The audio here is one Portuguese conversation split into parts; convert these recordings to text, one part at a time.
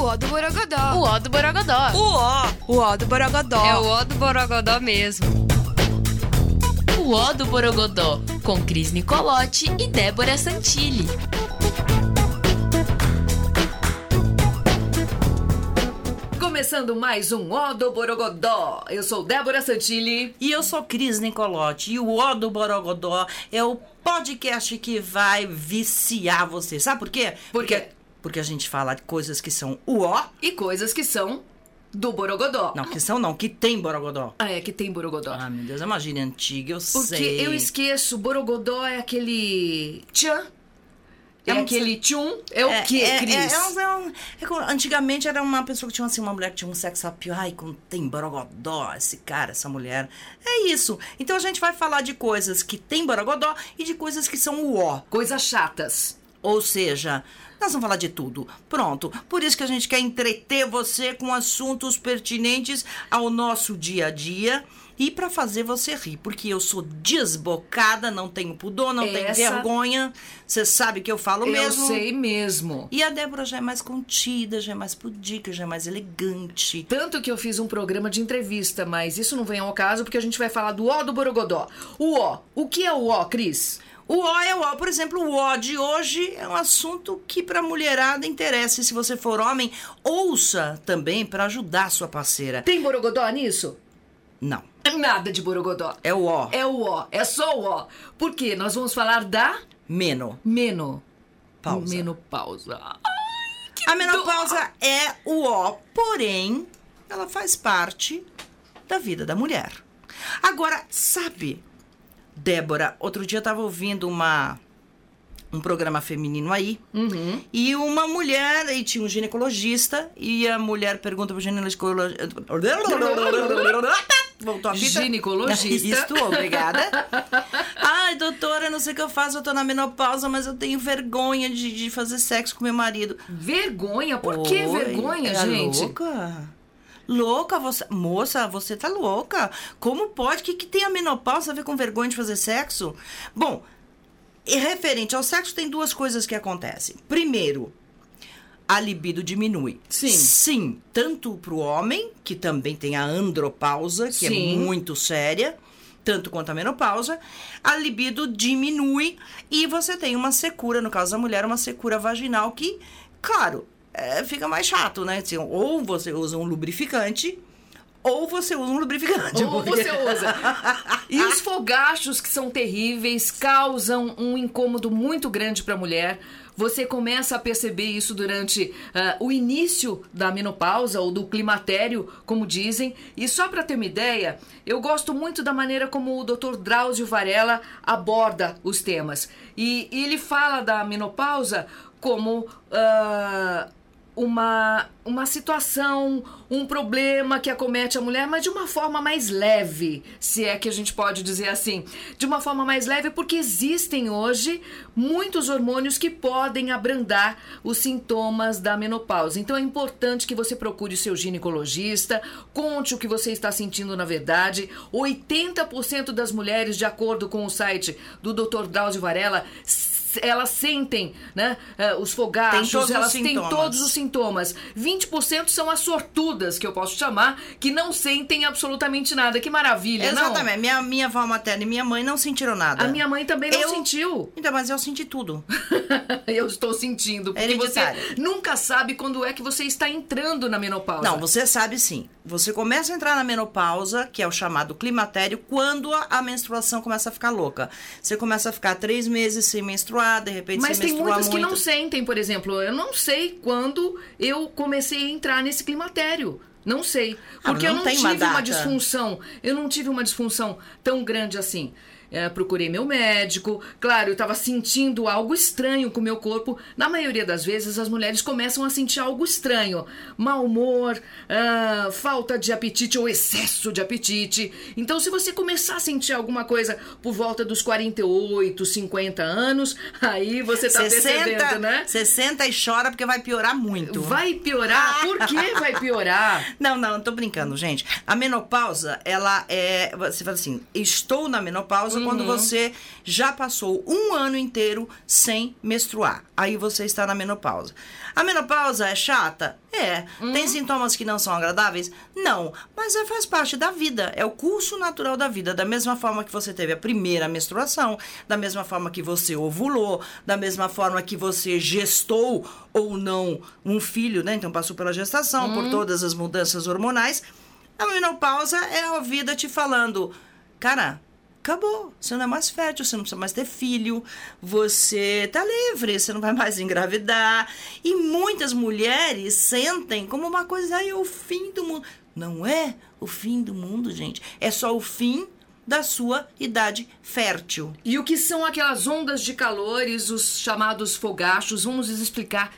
ó do Borogodó. O ó do Borogodó. O ó do Borogodó. É o ó do Borogodó mesmo. O ó do Borogodó, com Cris Nicolotti e Débora Santilli. Começando mais um Ó do Borogodó. Eu sou Débora Santilli. E eu sou Cris Nicolotti. E o Ó do Borogodó é o podcast que vai viciar você. Sabe por quê? Porque a gente fala de coisas que são o ó. E coisas que são do Borogodó. Não, que são não, que tem Borogodó. Ah, é que tem Borogodó. Ah, meu Deus, é uma gíria antiga, eu sei. Porque eu esqueço, Borogodó é aquele tchan. É aquele tchum. É o quê, Cris? Antigamente era uma pessoa que tinha assim, uma mulher que tinha um sex appeal. Ai, como tem Borogodó, esse cara, essa mulher. É isso. Então a gente vai falar de coisas que tem Borogodó e de coisas que são o ó. Coisas chatas. Ou seja, nós vamos falar de tudo. Pronto. Por isso que a gente quer entreter você com assuntos pertinentes ao nosso dia a dia. E pra fazer você rir, porque eu sou desbocada, não tenho pudor, não tenho vergonha. Você sabe que eu falo mesmo. Eu sei mesmo. E a Débora já é mais contida, já é mais pudica, já é mais elegante. Tanto que eu fiz um programa de entrevista, mas isso não vem ao caso, porque a gente vai falar do ó do Borogodó. O ó. O que é o ó, Cris? O ó é o ó. Por exemplo, o ó de hoje é um assunto que pra mulherada interessa. E se você for homem, ouça também pra ajudar a sua parceira. Tem Borogodó nisso? Não. Nada de Borogodó. É o ó. É o ó. É só o ó. Por quê? Nós vamos falar da... Pausa. Menopausa. A menopausa é o ó, porém, ela faz parte da vida da mulher. Agora, sabe, Débora, outro dia eu tava ouvindo um programa feminino aí, e uma mulher, e tinha um ginecologista, e a mulher pergunta pro ginecologista... Voltou a fita? Ginecologista. Isso, obrigada. Ai, doutora, não sei o que eu faço, eu tô na menopausa, mas eu tenho vergonha de fazer sexo com meu marido. Vergonha? Por que vergonha, gente? Louca? Louca, você... Moça, você tá louca? Como pode? O que tem a menopausa a ver com vergonha de fazer sexo? Bom, e referente ao sexo, tem duas coisas que acontecem. Primeiro, a libido diminui. Sim, tanto pro homem, que também tem a andropausa, que é muito séria, tanto quanto a menopausa, a libido diminui e você tem uma secura, no caso da mulher, uma secura vaginal que, claro, fica mais chato, né? Assim, ou você usa um lubrificante... Ou você usa um lubrificante. Ou você usa. E os fogachos, que são terríveis, causam um incômodo muito grande para a mulher. Você começa a perceber isso durante o início da menopausa ou do climatério, como dizem. E só para ter uma ideia, eu gosto muito da maneira como o Dr. Drauzio Varella aborda os temas. E ele fala da menopausa como... uma situação, um problema que acomete a mulher, mas de uma forma mais leve, se é que a gente pode dizer assim. De uma forma mais leve, porque existem hoje muitos hormônios que podem abrandar os sintomas da menopausa. Então é importante que você procure o seu ginecologista, conte o que você está sentindo na verdade. 80% das mulheres, de acordo com o site do Dr. Drauzio Varella, elas sentem, né, os fogachos, elas têm todos os sintomas. 20% são as sortudas, que eu posso chamar, que não sentem absolutamente nada. Que maravilha, exatamente. não? Minha avó materna e minha mãe não sentiram nada. A minha mãe também não sentiu. Então, mas eu senti tudo. Eu estou sentindo. Porque você nunca sabe quando é que você está entrando na menopausa. Não, você sabe sim. Você começa a entrar na menopausa, que é o chamado climatério, quando a menstruação começa a ficar louca. Você começa a ficar 3 meses sem menstruar, de repente mas você tem menstrua muitas muito. Que não sentem, por exemplo. Eu não sei quando eu comecei a entrar nesse climatério. Não sei. Porque eu não tive uma disfunção. Eu não tive uma disfunção tão grande assim. Procurei meu médico. Claro, eu estava sentindo algo estranho com o meu corpo. Na maioria das vezes, as mulheres começam a sentir algo estranho. Mau humor, falta de apetite ou excesso de apetite. Então, se você começar a sentir alguma coisa por volta dos 48, 50 anos, aí você tá percebendo, né? 60 e chora porque vai piorar muito. Vai piorar? Por que vai piorar? Não, tô brincando, gente. A menopausa, ela é... Você fala assim, estou na menopausa, menopausa quando você já passou um ano inteiro sem menstruar. Aí você está na menopausa. A menopausa é chata? É. Tem sintomas que não são agradáveis? Não. Mas faz parte da vida. É o curso natural da vida. Da mesma forma que você teve a primeira menstruação, da mesma forma que você ovulou, da mesma forma que você gestou ou não um filho, né? Então passou pela gestação, por todas as mudanças hormonais. A menopausa é a vida te falando, cara, acabou, você não é mais fértil, você não precisa mais ter filho, você tá livre, você não vai mais engravidar. E muitas mulheres sentem como uma coisa, é o fim do mundo. Não é o fim do mundo, gente. É só o fim da sua idade fértil. E o que são aquelas ondas de calores, os chamados fogachos? Vamos explicar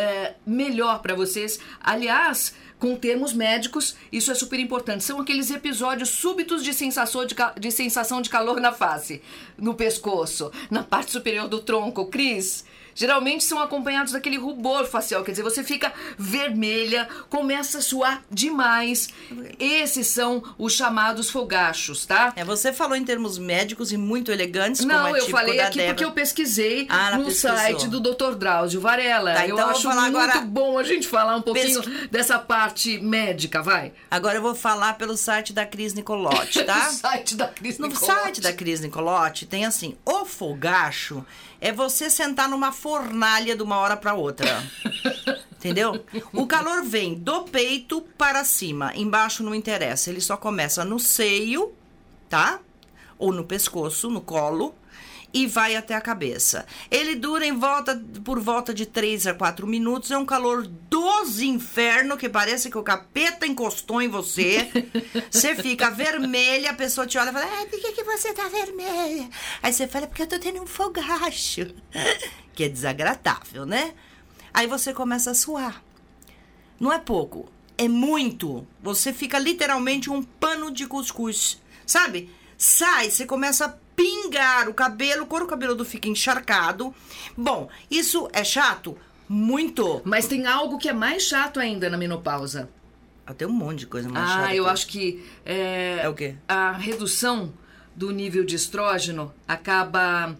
melhor para vocês. Aliás, com termos médicos, isso é super importante. São aqueles episódios súbitos de sensação de calor na face, no pescoço, na parte superior do tronco. Cris, geralmente são acompanhados daquele rubor facial, quer dizer, você fica vermelha, começa a suar demais. Esses são os chamados fogachos, tá? Você falou em termos médicos e muito elegantes. Não, como é eu falei aqui porque eu pesquisei no site do Dr. Drauzio Varela. Tá, eu então acho muito agora bom a gente falar um pouquinho dessa parte médica, vai. Agora eu vou falar pelo site da Cris Nicolotti, tá? No site da Cris Nicolotti. No site da Cris Nicolotti tem assim, o fogacho é você sentar numa fornalha de uma hora para outra. Entendeu? O calor vem do peito para cima. Embaixo não interessa. Ele só começa no seio, tá? Ou no pescoço, no colo. E vai até a cabeça. Ele dura por volta de 3 a 4 minutos. É um calor dos infernos, que parece que o capeta encostou em você. Você fica vermelha, a pessoa te olha e fala, por que você tá vermelha? Aí você fala, porque eu tô tendo um fogacho. Que é desagradável, né? Aí você começa a suar. Não é pouco, é muito. Você fica literalmente um pano de cuscuz. Sabe? Sai, você começa a pingar o cabelo, o couro cabeludo fica encharcado. Bom, isso é chato? Muito. Mas tem algo que é mais chato ainda na menopausa. Tem um monte de coisa mais chata. Eu acho que é o quê? A redução do nível de estrógeno acaba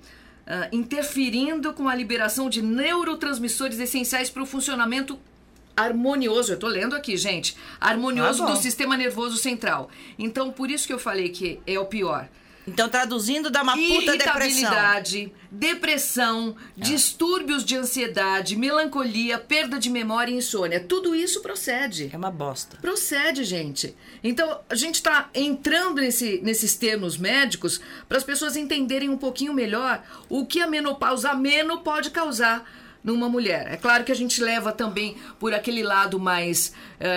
interferindo com a liberação de neurotransmissores essenciais para o funcionamento harmonioso, eu tô lendo aqui, gente, harmonioso do sistema nervoso central. Então, por isso que eu falei que é o pior. Então, traduzindo, dá uma puta irritabilidade, depressão, distúrbios de ansiedade, melancolia, perda de memória e insônia. Tudo isso procede. É uma bosta. Procede, gente. Então, a gente tá entrando nesses termos médicos para as pessoas entenderem um pouquinho melhor o que a menopausa pode causar numa mulher. É claro que a gente leva também por aquele lado mais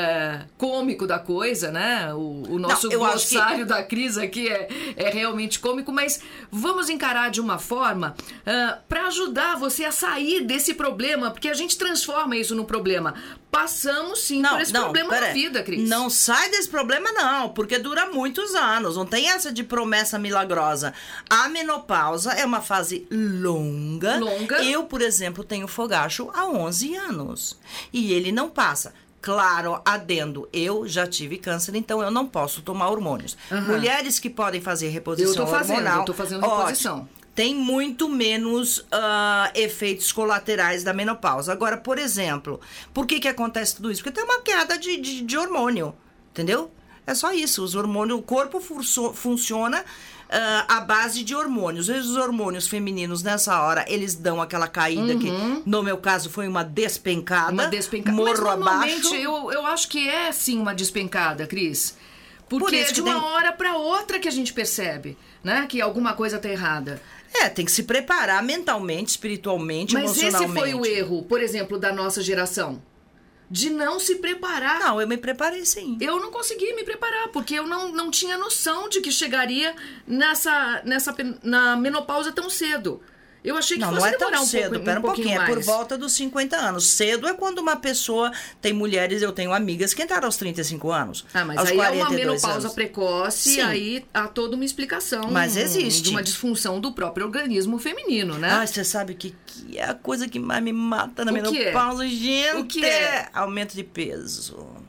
cômico da coisa, né? O nosso glossário da Cris aqui é realmente cômico, mas vamos encarar de uma forma para ajudar você a sair desse problema, porque a gente transforma isso num problema. Passamos sim por esse problema na vida, Cris. Não sai desse problema não, porque dura muitos anos. Não tem essa de promessa milagrosa. A menopausa é uma fase longa. Eu, por exemplo, tenho fogacho há 11 anos. E ele não passa. Claro, adendo, eu já tive câncer, então eu não posso tomar hormônios. Mulheres que podem fazer reposição hormonal... Eu tô fazendo reposição. Tem muito menos efeitos colaterais da menopausa. Agora, por exemplo, por que acontece tudo isso? Porque tem uma queda de hormônio, entendeu? É só isso, os hormônios, o corpo funciona à base de hormônios. Os hormônios femininos, nessa hora, eles dão aquela caída que, no meu caso, foi uma despencada. Morro abaixo. Eu acho que é, sim, uma despencada, Cris. Porque é de uma hora para outra que a gente percebe, né? Que alguma coisa tá errada. Tem que se preparar mentalmente, espiritualmente, emocionalmente. Mas esse foi o erro, por exemplo, da nossa geração. De não se preparar. Não, eu me preparei sim. Eu não consegui me preparar, porque eu não tinha noção de que chegaria na menopausa tão cedo. Eu achei que fosse demorar um cedo. pouco, Pera um pouquinho, mais. É por volta dos 50 anos. Cedo é quando uma pessoa... Tem mulheres, eu tenho amigas que entraram aos 35 anos. Mas aos aí 42 é uma menopausa anos. Precoce, Sim. Aí há toda uma explicação. Mas existe. De uma disfunção do próprio organismo feminino, né? Você sabe que é a coisa que mais me mata na menopausa, gente? O que é? Aumento de peso.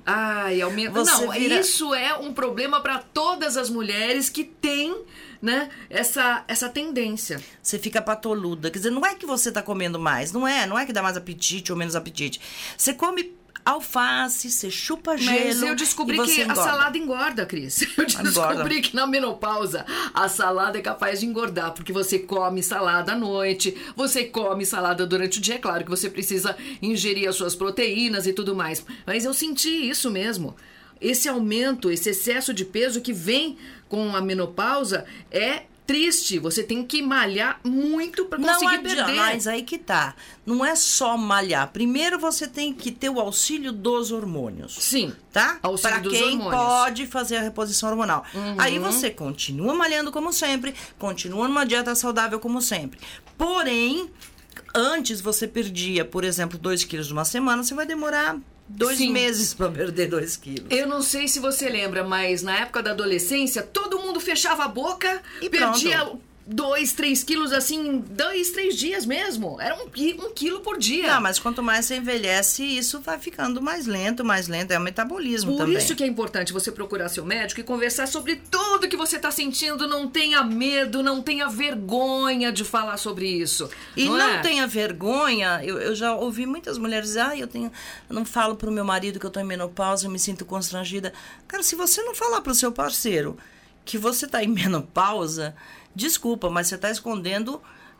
Ai, aumenta. Você Não, vira- isso é um problema para todas as mulheres que têm, né, essa tendência. Você fica patoluda. Quer dizer, não é que você tá comendo mais, não é que dá mais apetite ou menos apetite. Você come alface, você chupa gelo. Mas eu descobri e você que a engorda. salada engorda, Cris. Eu descobri que na menopausa a salada é capaz de engordar, porque você come salada à noite, você come salada durante o dia. É claro que você precisa ingerir as suas proteínas e tudo mais. Mas eu senti isso mesmo. Esse aumento, esse excesso de peso que vem com a menopausa é triste. Você tem que malhar muito para conseguir Não adianta, perder. mas aí que tá. Não é só malhar. Primeiro você tem que ter o auxílio dos hormônios. Sim. Tá? Auxílio Para dos quem hormônios. pode fazer a reposição hormonal. Aí você continua malhando como sempre, continua numa dieta saudável como sempre. Porém, antes você perdia, por exemplo, 2 quilos numa semana, você vai demorar 2 Sim. meses para perder 2 quilos. Eu não sei se você lembra, mas na época da adolescência, todo mundo fechava a boca E perdia pronto. 2, 3 quilos assim, em 2, 3 dias mesmo. Era um quilo por dia. Não, mas quanto mais você envelhece, isso vai ficando mais lento. É o metabolismo Por também. isso que é importante você procurar seu médico e conversar sobre tudo que você está sentindo. Não tenha medo, não tenha vergonha de falar sobre isso. E não é? tenha vergonha, eu já ouvi muitas mulheres dizer, eu não falo pro meu marido que eu tô em menopausa, eu me sinto constrangida. Cara, se você não falar pro seu parceiro que você tá em menopausa, desculpa, mas você tá escondendo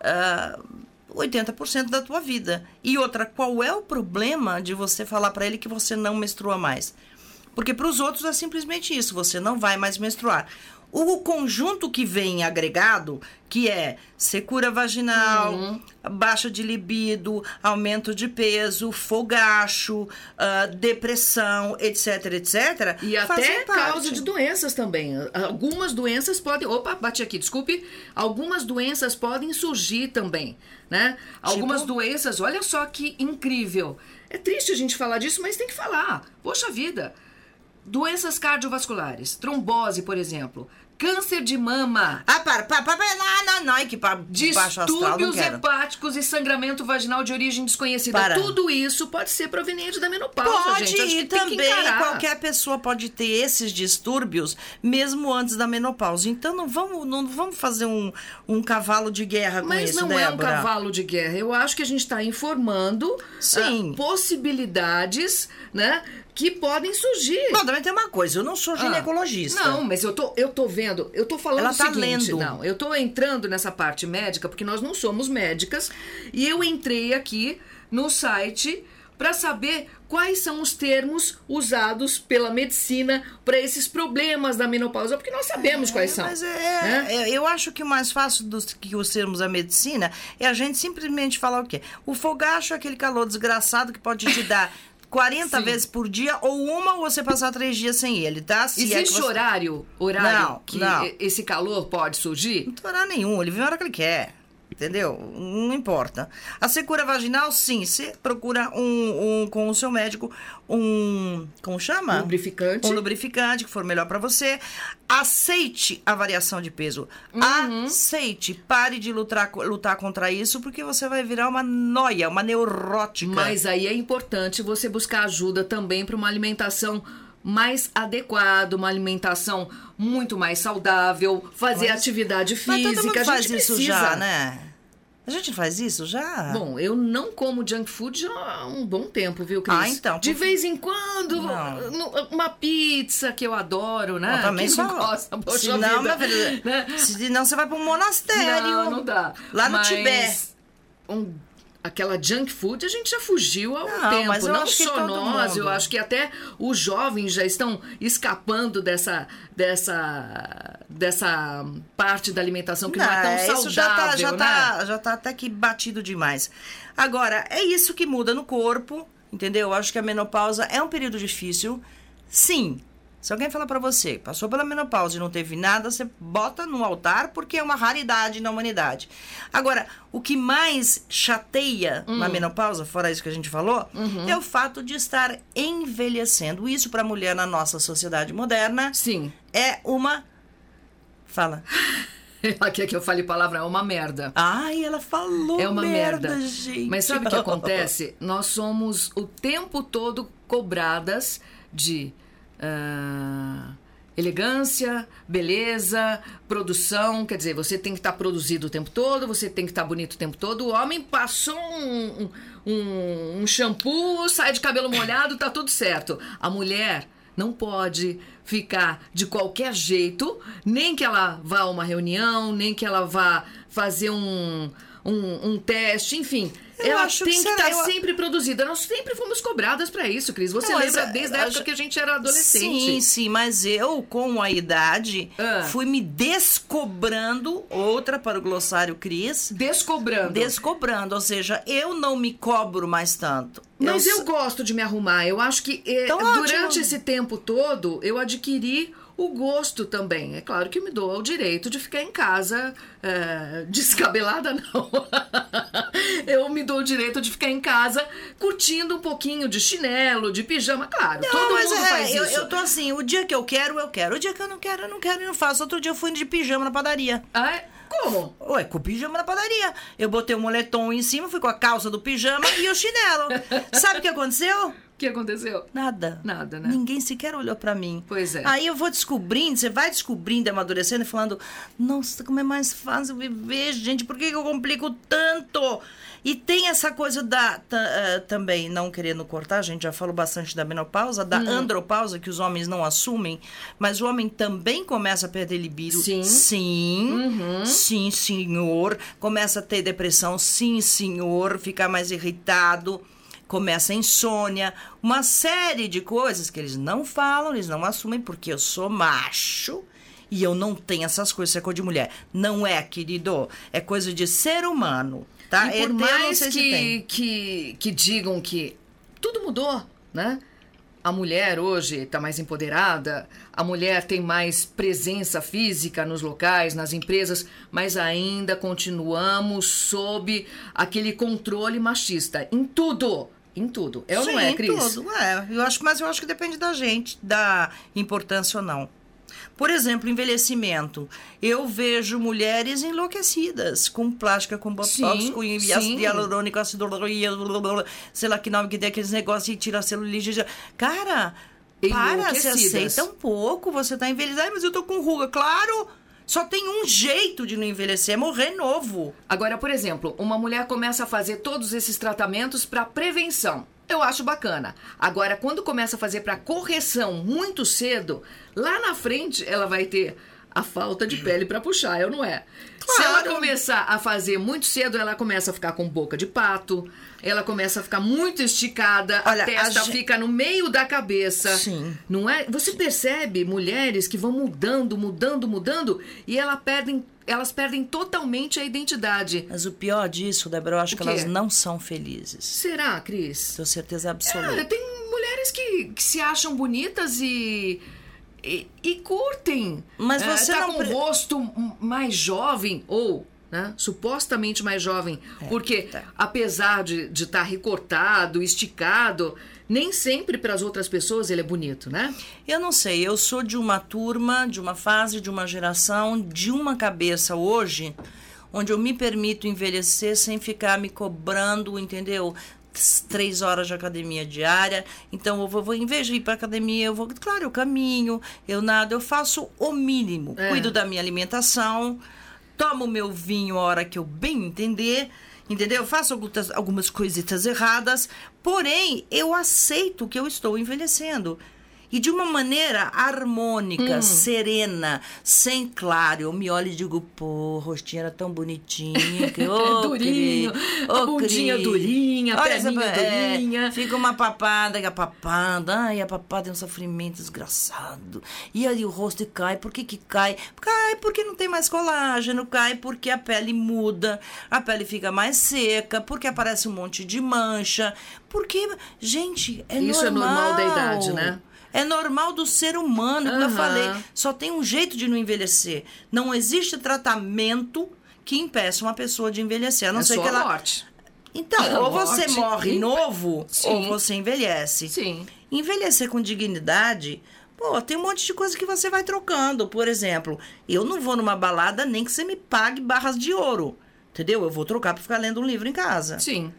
80% da tua vida. E outra, qual é o problema de você falar pra ele que você não menstrua mais? Porque pros outros é simplesmente isso, você não vai mais menstruar. O conjunto que vem agregado, que é secura vaginal, baixa de libido, aumento de peso, fogacho, depressão, etc, etc. E até fazem parte. causa de doenças também. Algumas doenças podem... Opa, bati aqui, desculpe. Algumas doenças podem surgir também, né? Algumas doenças, olha só que incrível. É triste a gente falar disso, mas tem que falar. Poxa vida. Doenças cardiovasculares, trombose, por exemplo. Câncer de mama. Não, que baixo astral, não Distúrbios quero. hepáticos e sangramento vaginal de origem desconhecida. Para. Tudo isso pode ser proveniente da menopausa, Pode, gente. Acho e que tem que também encarar. qualquer pessoa pode ter esses distúrbios mesmo antes da menopausa. Então não vamos fazer um cavalo de guerra com Mas isso, não é um Débora. cavalo de guerra. Eu acho que a gente está informando Sim. possibilidades, né, que podem surgir. Bom, também tem uma coisa, eu não sou ginecologista. Não, mas eu tô vendo, eu tô falando Ela o tá seguinte, lendo. não, eu tô entrando nessa parte médica porque nós não somos médicas e eu entrei aqui no site para saber quais são os termos usados pela medicina para esses problemas da menopausa, porque nós sabemos quais são. Mas né? eu acho que o mais fácil dos que os termos da medicina é a gente simplesmente falar o quê? O fogacho é aquele calor desgraçado que pode te dar 40 Sim. vezes por dia, ou você passar 3 dias sem ele, tá? Se é que Existe você... horário Não, que não. esse calor pode surgir? Não tem horário nenhum, ele vem a hora que ele quer. Entendeu? Não importa. A secura vaginal, sim. Você procura com o seu médico como chama? Lubrificante. Um lubrificante que for melhor pra você. Aceite a variação de peso. Aceite. Pare de lutar contra isso, porque você vai virar uma noia, uma neurótica. Mas aí é importante você buscar ajuda também para uma alimentação mais adequada, uma alimentação muito mais saudável, fazer atividade Mas física. todo mundo a faz gente isso precisa. já, né? A gente faz isso já? Bom, eu não como junk food já há um bom tempo, viu, Cris? Então. De vez em quando, uma pizza que eu adoro, né? Eu também Quem só não gosta, poxa senão, vida. minha filha, Né? senão você vai para um monastério. Não dá. Lá no Mas Tibete. Aquela junk food a gente já fugiu há um Não, tempo. mas eu Não acho que só todo nós, mundo. eu acho que até os jovens já estão escapando dessa parte da alimentação que não é tão saudável, isso já né? tá até que batido demais. Agora, é isso que muda no corpo, entendeu? Eu acho que a menopausa é um período difícil. Sim. Se alguém falar pra você, passou pela menopausa e não teve nada, você bota no altar porque é uma raridade na humanidade. Agora, o que mais chateia na menopausa, fora isso que a gente falou, é o fato de estar envelhecendo. Isso pra mulher na nossa sociedade moderna Sim. é uma... Fala. Ela quer que eu fale palavra, é uma merda. Ai, ela falou É uma merda. gente. Mas sabe o que acontece? Nós somos o tempo todo cobradas de elegância, beleza, produção. Quer dizer, você tem que estar produzido o tempo todo, você tem que estar bonito o tempo todo. O homem passou um shampoo, sai de cabelo molhado, tá tudo certo. A mulher não pode ficar de qualquer jeito, nem que ela vá a uma reunião, nem que ela vá fazer um teste, enfim. Ela tem que estar sempre produzida. Nós sempre fomos cobradas para isso, Cris. Você lembra desde a época que a gente era adolescente. Sim, mas eu, com a idade, fui me descobrando, outra para o glossário Cris. Descobrando, ou seja, eu não me cobro mais tanto. Mas eu gosto de me arrumar. Eu acho que durante esse tempo todo, eu adquiri o gosto também. É claro que me dou o direito de ficar em casa descabelada, não. Eu me dou o direito de ficar em casa curtindo um pouquinho de chinelo, de pijama. Claro, não, todo mundo faz isso. Eu tô assim, o dia que eu quero, eu quero. O dia que eu não quero e não faço. Outro dia eu fui de pijama na padaria. Ah, é? Como? Ué, com pijama na padaria. Eu botei o moletom em cima, fui com a calça do pijama e o chinelo. Sabe o que aconteceu? O que aconteceu? Nada, né? Ninguém sequer olhou pra mim. Pois é. Aí eu vou descobrindo, você vai descobrindo, amadurecendo e falando, nossa, como é mais fácil viver, gente, por que eu complico tanto? E tem essa coisa também, não querendo cortar, a gente já falou bastante da menopausa, da andropausa, que os homens não assumem, mas o homem também começa a perder libido. Sim. Sim, senhor. Começa a ter depressão, sim, senhor. Ficar mais irritado. Começa a insônia, uma série de coisas que eles não falam, eles não assumem, porque eu sou macho e eu não tenho essas coisas, isso é coisa de mulher. Não é, querido, é coisa de ser humano, tá? E por mais que digam que tudo mudou, né? A mulher hoje está mais empoderada, a mulher tem mais presença física nos locais, nas empresas, mas ainda continuamos sob aquele controle machista em tudo. Em tudo. Ou não é, Cris? Em tudo, mas eu acho que depende da gente, da importância ou não. Por exemplo, envelhecimento. Eu vejo mulheres enlouquecidas com plástica, com botox, com ácido hialurônico, ácido sei lá que nome que tem, aqueles negócios e tira a celulite. Cara, para, se aceita um pouco, você tá envelhecendo. Mas eu tô com ruga, claro. Só tem um jeito de não envelhecer, é morrer novo. Agora, por exemplo, uma mulher começa a fazer todos esses tratamentos para prevenção. Eu acho bacana. Agora, quando começa a fazer para correção muito cedo, lá na frente ela vai ter a falta de pele para puxar, eu não é? Claro. Se ela começar a fazer muito cedo, ela começa a ficar com boca de pato, ela começa a ficar muito esticada, a testa fica no meio da cabeça. Sim. Não é? Você percebe mulheres que vão mudando e elas perdem totalmente a identidade. Mas o pior disso, Débora, eu acho que elas não são felizes. Será, Cris? Tenho certeza absoluta. Tem mulheres que se acham bonitas e curtem. Mas você tá com o rosto mais jovem ou, né, supostamente mais jovem, porque apesar de estar recortado, esticado, nem sempre para as outras pessoas ele é bonito, né? Eu não sei, eu sou de uma turma, de uma fase, de uma geração, de uma cabeça hoje, onde eu me permito envelhecer sem ficar me cobrando, entendeu? 3 horas de academia diária. Então eu vou em vez de ir para academia, eu caminho, eu nado, eu faço o mínimo. Cuido da minha alimentação, tomo meu vinho a hora que eu bem entender, entendeu? Eu faço algumas coisitas erradas, porém eu aceito que eu estou envelhecendo. E de uma maneira harmônica, serena, sem claro. Eu me olho e digo, pô, o rostinho era tão bonitinho. Que, durinho, a bundinha durinha, a perninha durinha. Fica uma papada, e a papada é um sofrimento desgraçado. E aí o rosto cai, por que cai? Cai porque não tem mais colágeno, cai porque a pele muda, a pele fica mais seca, porque aparece um monte de mancha. Porque, gente, Isso normal. É normal da idade, né? É normal do ser humano, como eu falei. Só tem um jeito de não envelhecer. Não existe tratamento que impeça uma pessoa de envelhecer. A não ser que ela... morte. Então, ou você morre novo, ou você envelhece. Sim. Envelhecer com dignidade... Pô, tem um monte de coisa que você vai trocando. Por exemplo, eu não vou numa balada nem que você me pague barras de ouro. Entendeu? Eu vou trocar pra ficar lendo um livro em casa. Sim.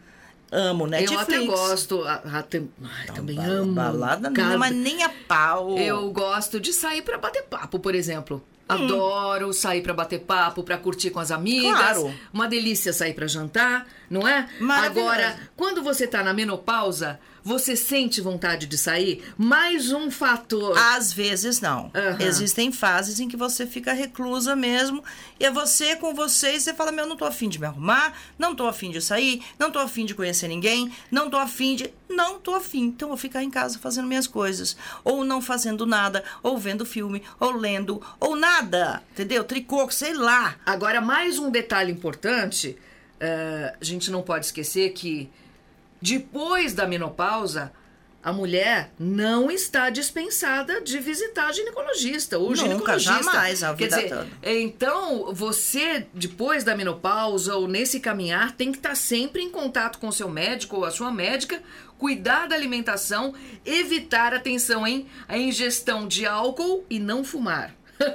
amo Netflix. Eu até gosto. Também amo. Balada não, mas nem a pau. Eu gosto de sair pra bater papo, por exemplo. Adoro sair pra bater papo, pra curtir com as amigas. Claro. Uma delícia sair pra jantar, não é? Maravilhoso. Agora, quando você tá na menopausa, você sente vontade de sair? Mais um fator. Às vezes não. Existem fases em que você fica reclusa mesmo. E é você com você e você fala, não tô afim de me arrumar, não tô afim de sair, não tô afim de conhecer ninguém, não tô afim. Então eu vou ficar em casa fazendo minhas coisas. Ou não fazendo nada, ou vendo filme, ou lendo, ou nada. Entendeu? Tricô, sei lá. Agora, mais um detalhe importante. A gente não pode esquecer que depois da menopausa, a mulher não está dispensada de visitar ginecologista ou ginecologista. Jamais, a vida toda. Então, você, depois da menopausa ou nesse caminhar, tem que estar sempre em contato com o seu médico ou a sua médica, cuidar da alimentação, evitar, atenção, hein, a ingestão de álcool e não fumar.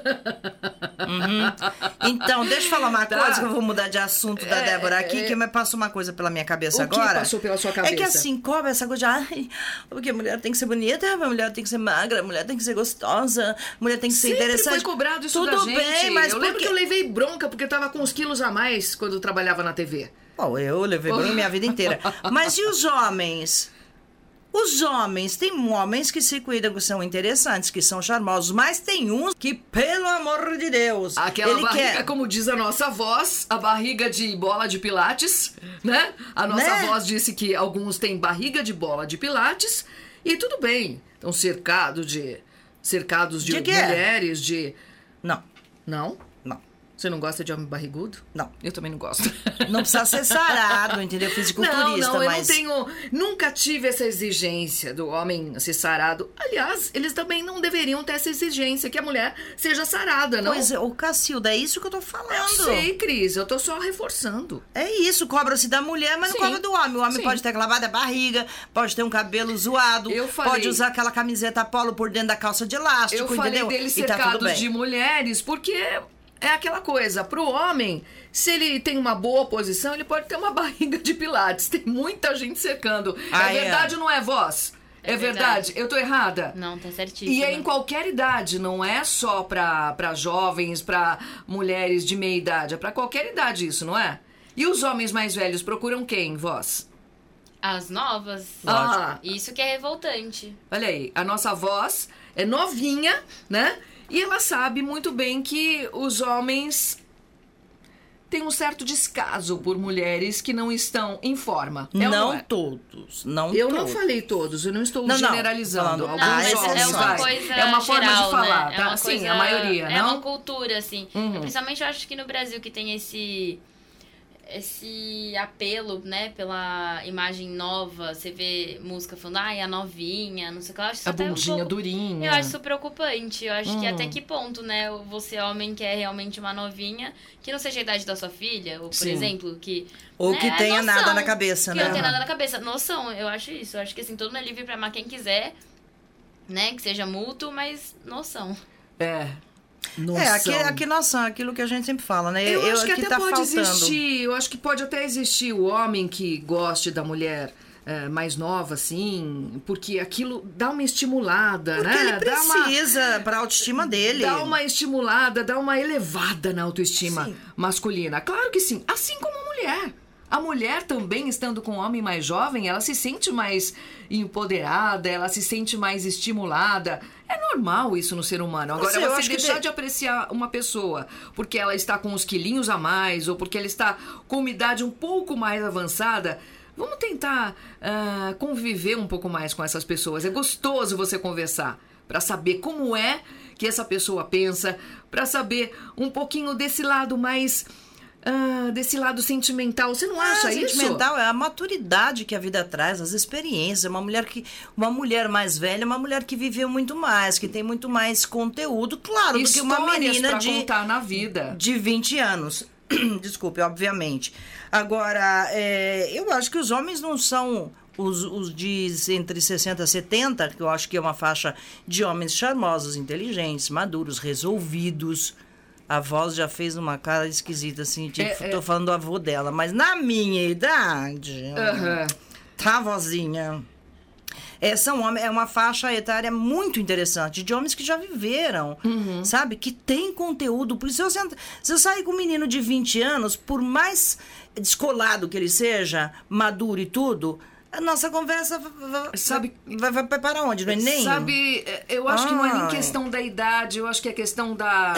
Então, deixa eu falar uma Tá. coisa que eu vou mudar de assunto da Débora aqui, que me passou uma coisa pela minha cabeça O que agora. passou pela sua cabeça? É que assim, cobra essa coisa de, porque a mulher tem que ser bonita, a mulher tem que ser magra, a mulher tem que ser gostosa, a mulher tem que ser Sempre interessante. foi cobrado isso Tudo da gente. bem, mas eu lembro que eu levei bronca porque eu tava com uns quilos a mais quando eu trabalhava na TV. Bom, eu levei bronca minha vida inteira. Mas e os homens? Os homens, tem homens que se cuidam, que são interessantes, que são charmosos, mas tem uns que, pelo amor de Deus, Aquela ele barriga, quer... como diz a nossa voz, a barriga de bola de pilates, né? A nossa Né? voz disse que alguns têm barriga de bola de pilates e tudo bem. Estão cercados de De quê? mulheres, de... Não, Não? não, Você não gosta de homem barrigudo? não. Eu também não gosto. Não precisa ser sarado, entendeu? Fisiculturista, não, eu mas... não tenho... Nunca tive essa exigência do homem ser sarado. Aliás, eles também não deveriam ter essa exigência que a mulher seja sarada, não? Pois é, ô Cacilda, é isso que eu tô falando. Eu sei, Cris, eu tô só reforçando. É isso, cobra-se da mulher, mas Sim. não cobra do homem. O homem Sim. pode ter clavado a barriga, pode ter um cabelo zoado, Eu falei- pode usar aquela camiseta polo por dentro da calça de elástico, Eu falei entendeu? deles E tá tudo cercados bem. de mulheres porque é aquela coisa. Pro homem, se ele tem uma boa posição, ele pode ter uma barriga de pilates. Tem muita gente cercando. Ah, é verdade ou não é, voz? É verdade? Eu tô errada? Não, tá certíssimo. E é em qualquer idade, não é só pra jovens, pra mulheres de meia idade. É pra qualquer idade isso, não é? E os homens mais velhos procuram quem, voz? As novas. Ah. Isso que é revoltante. Olha aí, a nossa voz é novinha, né? E ela sabe muito bem que os homens têm um certo descaso por mulheres que não estão em forma. É ou Não é? todos, não Eu todos. não falei todos, eu não estou Não, não, generalizando. falando- Alguns Mas homens, é uma vai. coisa É uma forma geral, de falar, né? tá? É uma Sim, coisa- a maioria, é não? uma cultura, assim. Principalmente eu acho que no Brasil que tem esse apelo, né, pela imagem nova. Você vê música falando, a novinha, não sei o que. Eu acho isso A até bundinha um pouco... durinha. Eu acho isso preocupante. Eu acho que até que ponto, né, você, homem, quer realmente uma novinha que não seja a idade da sua filha, ou, por Sim. exemplo, que... Ou né, que tenha noção, nada na cabeça, que né? não tem nada na cabeça. Noção, eu acho isso. Eu acho que, assim, todo mundo é livre pra amar quem quiser, né, que seja mútuo, mas noção. É. Aqui noção, aquilo que a gente sempre fala, né? Eu acho que até tá pode faltando. existir, eu acho que pode até existir o homem que goste da mulher mais nova, assim, porque aquilo dá uma estimulada, Porque né? ele precisa pra autoestima dele. Dá uma estimulada, dá uma elevada na autoestima Sim. masculina. Claro que sim, assim como a mulher. A mulher também, estando com um homem mais jovem, ela se sente mais empoderada, ela se sente mais estimulada. É normal isso no ser humano. Agora, Eu você acho que deixar de apreciar uma pessoa porque ela está com uns quilinhos a mais ou porque ela está com uma idade um pouco mais avançada, vamos tentar conviver um pouco mais com essas pessoas. É gostoso você conversar para saber como é que essa pessoa pensa, para saber um pouquinho desse lado mais... desse lado sentimental. Você não acha isso? Sentimental é a maturidade que a vida traz, as experiências. Uma mulher mais velha, uma mulher que viveu muito mais, que tem muito mais conteúdo, claro, do que uma Histórias menina pra de contar na vida. de 20 anos. Desculpe, obviamente. Agora, eu acho que os homens não são os de entre 60 e 70, que eu acho que é uma faixa de homens charmosos, inteligentes, maduros, resolvidos. A voz já fez uma cara esquisita, assim, tipo, tô falando do avô dela. Mas na minha idade, tá, vozinha? É uma faixa etária muito interessante, de homens que já viveram, sabe? Que tem conteúdo. Por isso, se eu sair com um menino de 20 anos, por mais descolado que ele seja, maduro e tudo, a nossa conversa vai para onde? No Enem? Sabe, eu acho que não é nem questão da idade, eu acho que é questão da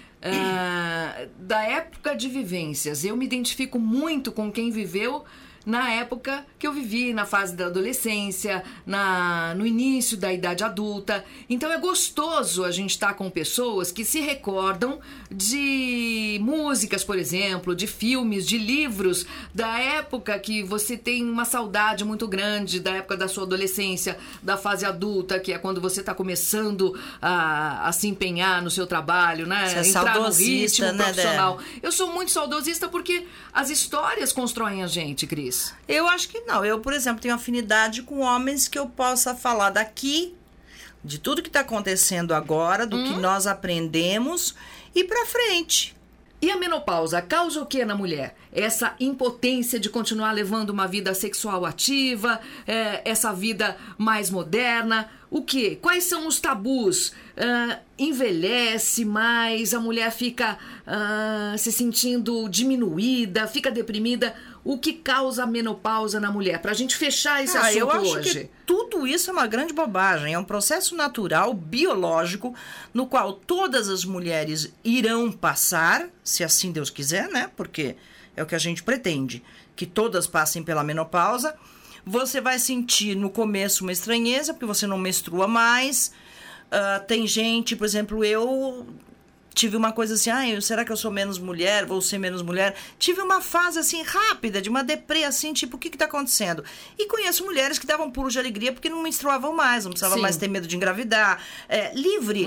época de vivências. Eu me identifico muito com quem viveu na época que eu vivi, na fase da adolescência, no início da idade adulta. Então é gostoso a gente estar com pessoas que se recordam de músicas, por exemplo, de filmes, de livros, da época que você tem uma saudade muito grande, da época da sua adolescência, da fase adulta, que é quando você está começando a se empenhar no seu trabalho, né? Você é entrar no saudosista, ritmo né, profissional. Eu sou muito saudosista porque as histórias constroem a gente, Cris. Eu acho que não. Eu, por exemplo, tenho afinidade com homens que eu possa falar daqui, de tudo que está acontecendo agora, do que nós aprendemos e para frente. E a menopausa causa o que na mulher? Essa impotência de continuar levando uma vida sexual ativa, essa vida mais moderna. O quê? Quais são os tabus? Envelhece mais, a mulher fica se sentindo diminuída, fica deprimida. O que causa a menopausa na mulher? Pra gente fechar esse assunto eu acho hoje. Que tudo isso é uma grande bobagem. É um processo natural, biológico, no qual todas as mulheres irão passar, se assim Deus quiser, né? Porque é o que a gente pretende, que todas passem pela menopausa. Você vai sentir no começo uma estranheza, porque você não menstrua mais. Tem gente, por exemplo, eu tive uma coisa assim, será que eu sou menos mulher? Vou ser menos mulher? Tive uma fase assim rápida, de uma deprê assim, tipo, o que tá acontecendo? E conheço mulheres que davam pulos de alegria porque não menstruavam mais, não precisava mais ter medo de engravidar. Livre,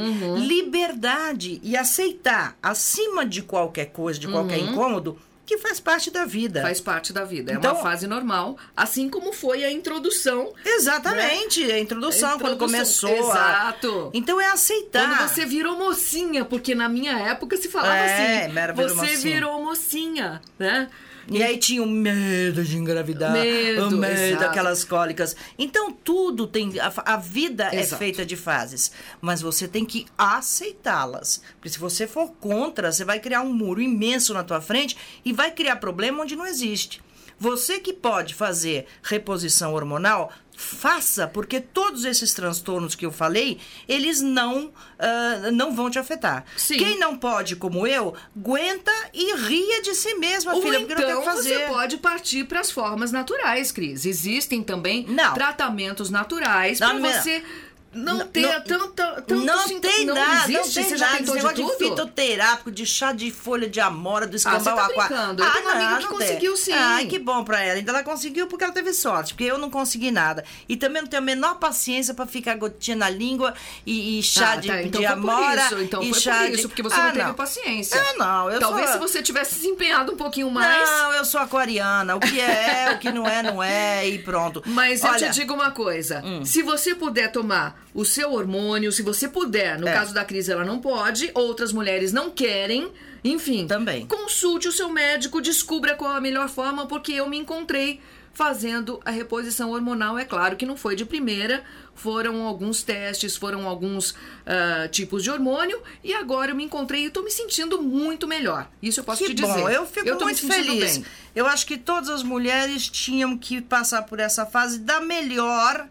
liberdade e aceitar, acima de qualquer coisa, de qualquer incômodo, que faz parte da vida. Faz parte da vida. Então, é uma fase normal, assim como foi a introdução. Exatamente, né? A introdução, quando começou. Exato. Então é aceitar. Quando você virou mocinha, porque na minha época se falava assim, você virou mocinha, né? E aí tinha o medo de engravidar, o medo daquelas cólicas. Então tudo tem... A vida é feita de fases, mas você tem que aceitá-las. Porque se você for contra, você vai criar um muro imenso na tua frente e vai criar problema onde não existe. Você que pode fazer reposição hormonal, faça, porque todos esses transtornos que eu falei, eles não vão te afetar. Sim. Quem não pode, como eu, aguenta e ria de si mesma, ou filha, porque não tem o que fazer. Você pode partir para as formas naturais, Cris. Existem também tratamentos naturais para você não ter tanto não tem nada, existe, não tem você nada. já tentou Esse negócio de tudo? fitoterápico, de chá de folha de amora, do escambau você tá brincando. Eu tenho uma amiga que conseguiu sim. Ai, que bom pra ela. Ainda ela conseguiu porque ela teve sorte, porque eu não consegui nada. E também não tenho a menor paciência pra ficar gotinha na língua e chá de amora. Então e foi chá por isso, porque você não teve paciência. Talvez se você tivesse se empenhado um pouquinho mais. Não, eu sou aquariana. O que é, o que não é, e pronto. Mas eu te digo uma coisa. Se você puder tomar o seu hormônio, se você puder, no caso da Cris ela não pode, outras mulheres não querem, enfim. Também. Consulte o seu médico, descubra qual a melhor forma, porque eu me encontrei fazendo a reposição hormonal. É claro que não foi de primeira, foram alguns testes, foram alguns tipos de hormônio, e agora eu me encontrei e estou me sentindo muito melhor. Isso eu posso te dizer. Bom, eu fico muito feliz. Bem. Eu acho que todas as mulheres tinham que passar por essa fase da melhor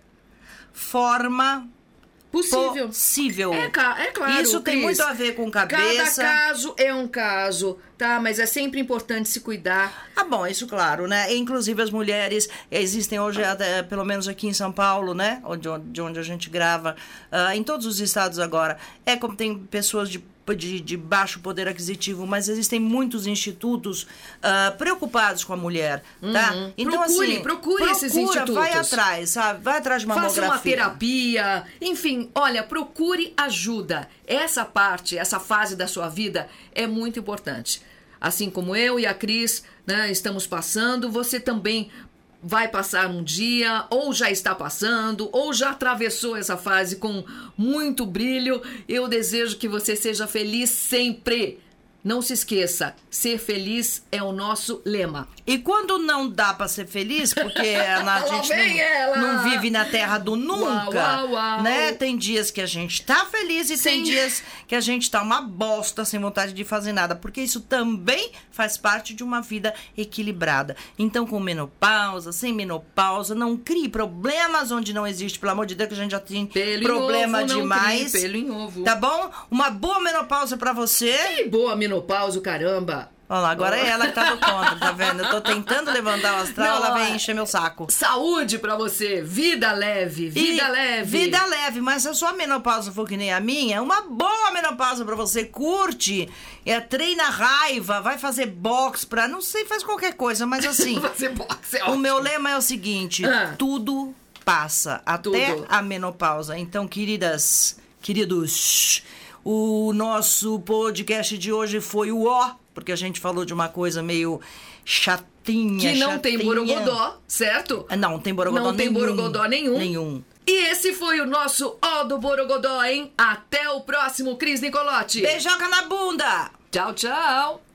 forma possível. É claro. Isso tem muito a ver com cabeça. Cada caso é um caso, tá? Mas é sempre importante se cuidar. Bom, isso claro, né? Inclusive as mulheres, existem hoje, até, pelo menos aqui em São Paulo, né? De onde a gente grava, em todos os estados agora. Como tem pessoas de baixo poder aquisitivo, mas existem muitos institutos preocupados com a mulher, tá? Então, procure esses institutos. Vai atrás, sabe? Vai atrás de mamografia. Faça uma terapia, enfim, olha, procure ajuda. Essa fase da sua vida é muito importante. Assim como eu e a Cris, né, estamos passando, você também vai passar um dia, ou já está passando, ou já atravessou essa fase com muito brilho. Eu desejo que você seja feliz sempre. não se esqueça, ser feliz é o nosso lema. E quando não dá pra ser feliz, porque a gente não vive na terra do nunca, Uau, uau, uau. né? Tem dias que a gente tá feliz e tem dias que a gente tá uma bosta, sem vontade de fazer nada, porque isso também faz parte de uma vida equilibrada. Então, com menopausa, sem menopausa, não crie problemas onde não existe, pelo amor de Deus, que a gente já tem problema demais. Pelo em ovo. Tá bom? Uma boa menopausa pra você. Que boa menopausa, caramba. Olha lá, agora é ela que tá do contra, tá vendo? Eu tô tentando levantar o astral, ela vem encher meu saco. Saúde pra você, vida leve, vida leve. Vida leve, mas se a sua menopausa for que nem a minha, uma boa menopausa pra você, curte, treina a raiva, vai fazer boxe pra, não sei, faz qualquer coisa, mas assim, Fazer boxe é o ótimo. meu lema é o seguinte, tudo passa, até a menopausa. Então, queridos, o nosso podcast de hoje foi o porque a gente falou de uma coisa meio chatinha. Que não tem borogodó, certo? Não tem borogodó nenhum. Não tem borogodó nenhum. Nenhum. E esse foi o nosso Ó do Borogodó, hein? Até o próximo, Cris Nicolotti. Beijoca na bunda! Tchau, tchau.